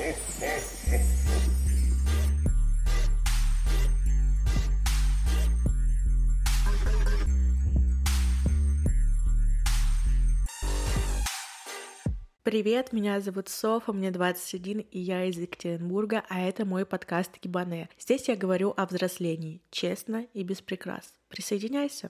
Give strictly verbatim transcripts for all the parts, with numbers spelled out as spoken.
Привет, меня зовут Софа, мне двадцать один, и я из Екатеринбурга, а это мой подкаст Кибане. Здесь я говорю о взрослении, честно и без прикрас. Присоединяйся!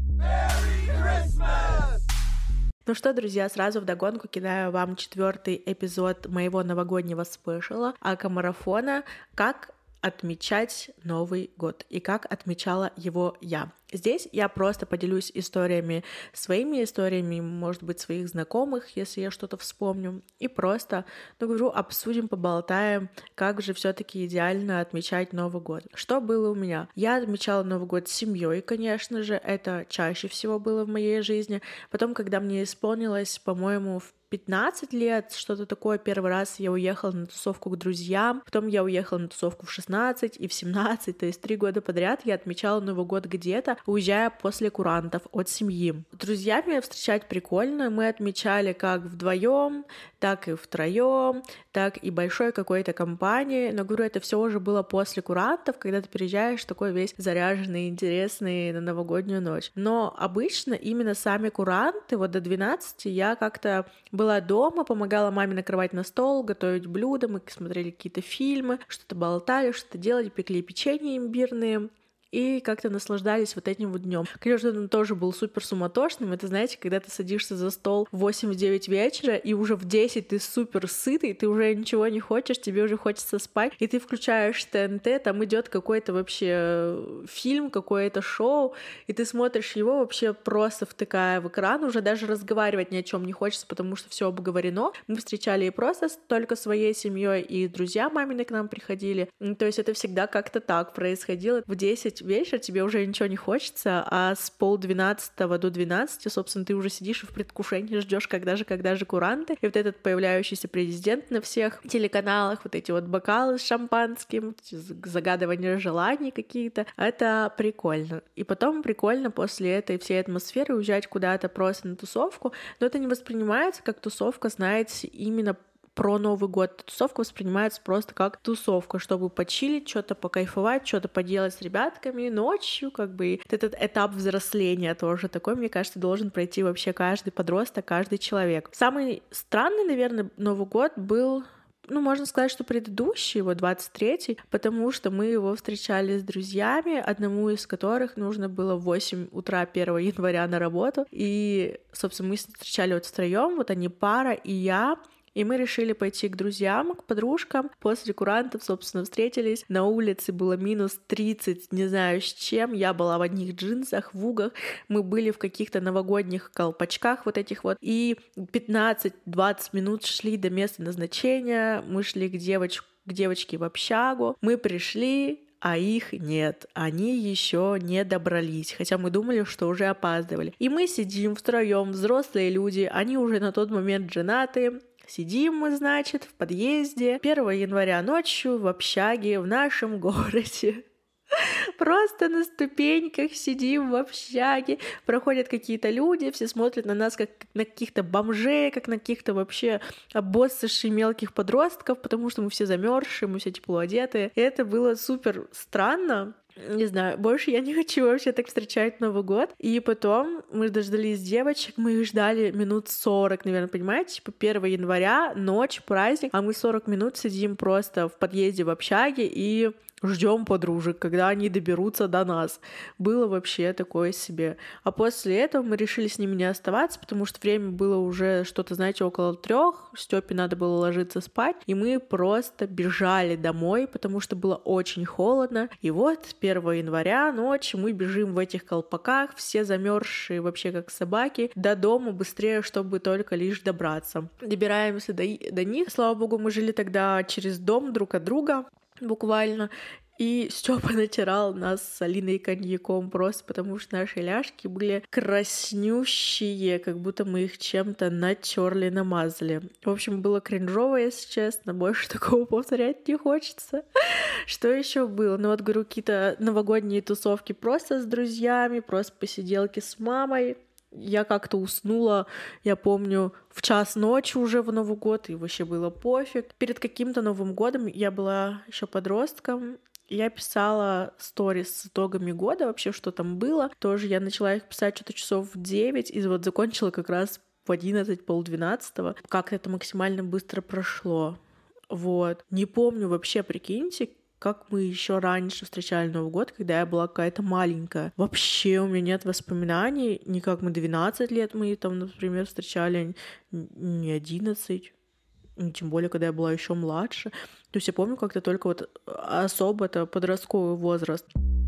Ну что, друзья, сразу вдогонку кидаю вам четвертый эпизод моего новогоднего спешала Ака-марафона «Как отмечать Новый год» и как отмечала его я. Здесь я просто поделюсь историями, своими историями, может быть, своих знакомых, если я что-то вспомню, и просто, ну, говорю, обсудим, поболтаем, как же все-таки идеально отмечать Новый год. Что было у меня? Я отмечала Новый год с семьей, конечно же, это чаще всего было в моей жизни. Потом, когда мне исполнилось, по-моему, в пятнадцать лет, что-то такое, первый раз я уехала на тусовку к друзьям, потом я уехала на тусовку в шестнадцать и в семнадцать, то есть три года подряд я отмечала Новый год где-то, уезжая после курантов от семьи. С друзьями встречать прикольно, мы отмечали как вдвоем, так и втроем, так и большой какой-то компанией, но, говорю, это все уже было после курантов, когда ты приезжаешь такой весь заряженный, интересный на новогоднюю ночь. Но обычно именно сами куранты, вот до двенадцати я как-то была дома, помогала маме накрывать на стол, готовить блюда, мы смотрели какие-то фильмы, что-то болтали, что-то делали, пекли печенье имбирные и как-то наслаждались вот этим вот днем. Конечно, он тоже был супер суматошным. Это, знаете, когда ты садишься за стол в восемь-девять вечера, и уже в десять ты супер сытый, ты уже ничего не хочешь, тебе уже хочется спать, и ты включаешь ТНТ, там идет какой-то вообще фильм, какое-то шоу, и ты смотришь его вообще просто втыкая в экран, уже даже разговаривать ни о чем не хочется, потому что все обговорено. Мы встречали и просто только своей семьей, и друзья мамины к нам приходили. То есть это всегда как-то так происходило. В десять вечер тебе уже ничего не хочется, а с полдвенадцатого до двенадцати, собственно, ты уже сидишь и в предвкушении ждешь, когда же, когда же куранты. И вот этот появляющийся президент на всех телеканалах, вот эти вот бокалы с шампанским, загадывания желаний какие-то, это прикольно. И потом прикольно после этой всей атмосферы уезжать куда-то просто на тусовку, но это не воспринимается как тусовка, знаете, именно про Новый год. Тусовка воспринимается просто как тусовка, чтобы почилить, что-то покайфовать, что-то поделать с ребятками ночью, как бы этот этап взросления тоже такой, мне кажется, должен пройти вообще каждый подросток, каждый человек. Самый странный, наверное, Новый год был, ну, можно сказать, что предыдущий, его двадцать третий, потому что мы его встречали с друзьями, одному из которых нужно было в восемь утра первого января на работу, и, собственно, мы встречали вот втроем, вот они пара и я. И мы решили пойти к друзьям, к подружкам. После курантов, собственно, встретились. На улице было минус тридцать, не знаю с чем. Я была в одних джинсах, в угах. Мы были в каких-то новогодних колпачках вот этих вот. И пятнадцать-двадцать минут шли до места назначения. Мы шли к, девоч... к девочке в общагу. Мы пришли, а их нет, они еще не добрались, хотя мы думали, что уже опаздывали. И мы сидим втроем, взрослые люди, они уже на тот момент женаты. Сидим мы, значит, в подъезде первого января ночью в общаге в нашем городе. Просто на ступеньках сидим в общаге, проходят какие-то люди, все смотрят на нас как на каких-то бомжей, как на каких-то вообще обоссышей мелких подростков, потому что мы все замерзшие, мы все тепло одеты. И это было супер странно. Не знаю, больше я не хочу вообще так встречать Новый год. И потом мы дождались девочек, мы их ждали минут сорок, наверное, понимаете? Типа первого января, ночь, праздник, а мы сорок минут сидим просто в подъезде в общаге и ждем подружек, когда они доберутся до нас. Было вообще такое себе. А после этого мы решили с ними не оставаться, потому что время было уже что-то, знаете, около трех. Стёпе надо было ложиться спать. И мы просто бежали домой, потому что было очень холодно. И вот первого января ночью мы бежим в этих колпаках, все замерзшие вообще как собаки, до дома быстрее, чтобы только лишь добраться. Добираемся до, до них. Слава богу, мы жили тогда через дом друг от друга. Буквально. И Стёпа натирал нас с Алиной коньяком просто потому, что наши ляжки были краснющие, как будто мы их чем-то натерли, намазали. В общем, было кринжово, если честно, больше такого повторять не хочется. Что еще было? Ну вот, говорю, какие-то новогодние тусовки просто с друзьями, просто посиделки с мамой. Я как-то уснула, я помню, в час ночи уже в Новый год, и вообще было пофиг. Перед каким-то Новым годом я была еще подростком, я писала сторис с итогами года, вообще, что там было. Тоже я начала их писать что-то часов в девять, и вот закончила как раз в одиннадцать, полдвенадцатого. Как-то это максимально быстро прошло. Вот. Не помню вообще, прикиньте, как мы еще раньше встречали Новый год, когда я была какая-то маленькая. Вообще у меня нет воспоминаний, ни как мы двенадцать лет мы там, например, встречали, не одиннадцать, тем более, когда я была еще младше. То есть я помню как-то только вот особо это подростковый возраст.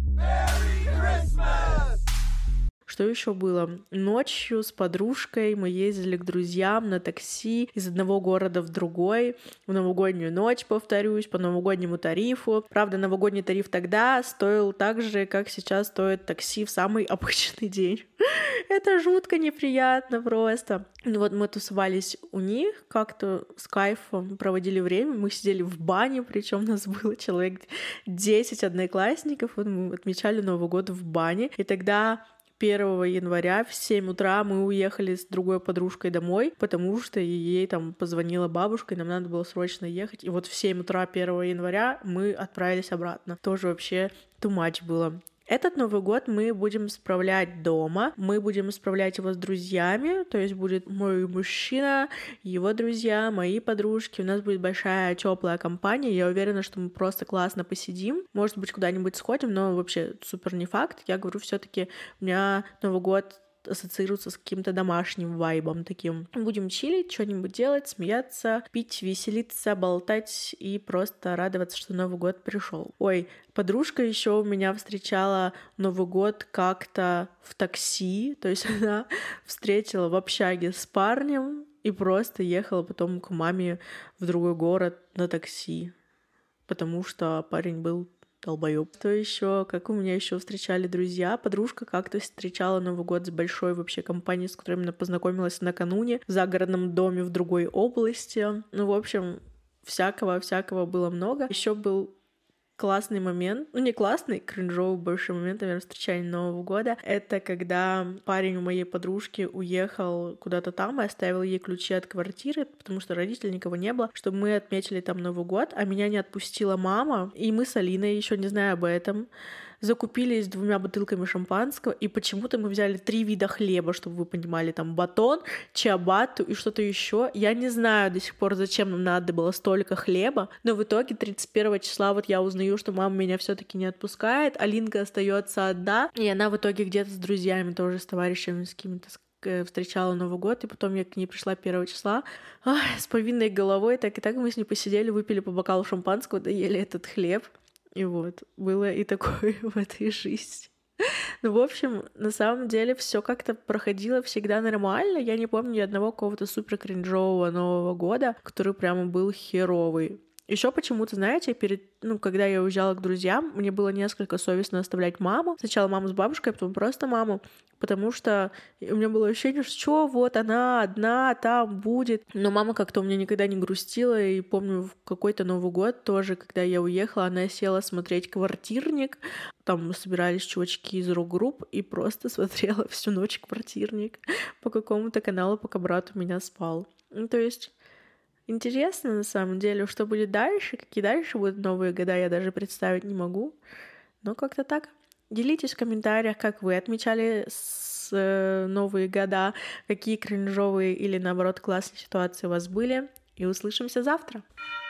Что еще было? Ночью с подружкой мы ездили к друзьям на такси из одного города в другой, в новогоднюю ночь, повторюсь, по новогоднему тарифу. Правда, новогодний тариф тогда стоил так же, как сейчас стоит такси в самый обычный день. Это жутко неприятно просто. Ну вот мы тусовались у них, как-то с кайфом проводили время. Мы сидели в бане, причем у нас было человек десять одноклассников. Вот мы отмечали Новый год в бане. И тогда первого января в семь утра мы уехали с другой подружкой домой, потому что ей там позвонила бабушка, и нам надо было срочно ехать. И вот в семь утра первого января мы отправились обратно. Тоже вообще too much было. Этот Новый год мы будем справлять дома, мы будем справлять его с друзьями, то есть будет мой мужчина, его друзья, мои подружки, у нас будет большая теплая компания, я уверена, что мы просто классно посидим, может быть, куда-нибудь сходим, но вообще супер не факт, я говорю, все-таки у меня Новый год ассоциируется с каким-то домашним вайбом таким. Будем чилить, что-нибудь делать, смеяться, пить, веселиться, болтать и просто радоваться, что Новый год пришел. Ой, подружка еще у меня встречала Новый год как-то в такси, то есть она встретила в общаге с парнем и просто ехала потом к маме в другой город на такси, потому что парень был долбоёб. Что еще? Как у меня еще встречали друзья? Подружка как-то встречала Новый год с большой вообще компанией, с которой она познакомилась накануне в загородном доме в другой области. Ну, в общем, всякого-всякого было много. Еще был классный момент, ну не классный, кринжовый больше момент, наверное, встречания Нового года. Это когда парень у моей подружки уехал куда-то там и оставил ей ключи от квартиры, потому что родителей никого не было, чтобы мы отметили там Новый год, а меня не отпустила мама, и мы с Алиной, еще не зная об этом, закупились двумя бутылками шампанского, и почему-то мы взяли три вида хлеба, чтобы вы понимали, там батон, чиабатту и что-то еще. Я не знаю до сих пор, зачем нам надо было столько хлеба, но в итоге тридцать первого числа вот я узнаю, что мама меня все-таки не отпускает, Алинка остается одна, и она в итоге где-то с друзьями тоже, с товарищами, с какими-то встречала Новый год, и потом я к ней пришла первого числа ах, с повинной головой, так и так мы с ней посидели, выпили по бокалу шампанского, доели этот хлеб. И вот, было и такое в этой жизни. Ну, в общем, на самом деле все как-то проходило всегда нормально. Я не помню ни одного какого-то супер кринжового Нового года, который прямо был херовый. Еще почему-то, знаете, перед, ну, когда я уезжала к друзьям, мне было несколько совестно оставлять маму. Сначала маму с бабушкой, а потом просто маму, потому что у меня было ощущение, что что, вот она одна там будет. Но мама как-то у меня никогда не грустила, и помню, в какой-то Новый год тоже, когда я уехала, она села смотреть «Квартирник», там собирались чувачки из рок-групп, и просто смотрела всю ночь «Квартирник» по какому-то каналу, пока брат у меня спал. Ну, то есть... Интересно, на самом деле, что будет дальше, какие дальше будут новые года, я даже представить не могу. Но как-то так. Делитесь в комментариях, как вы отмечали с, э, новые года, какие кринжовые или, наоборот, классные ситуации у вас были. И услышимся завтра.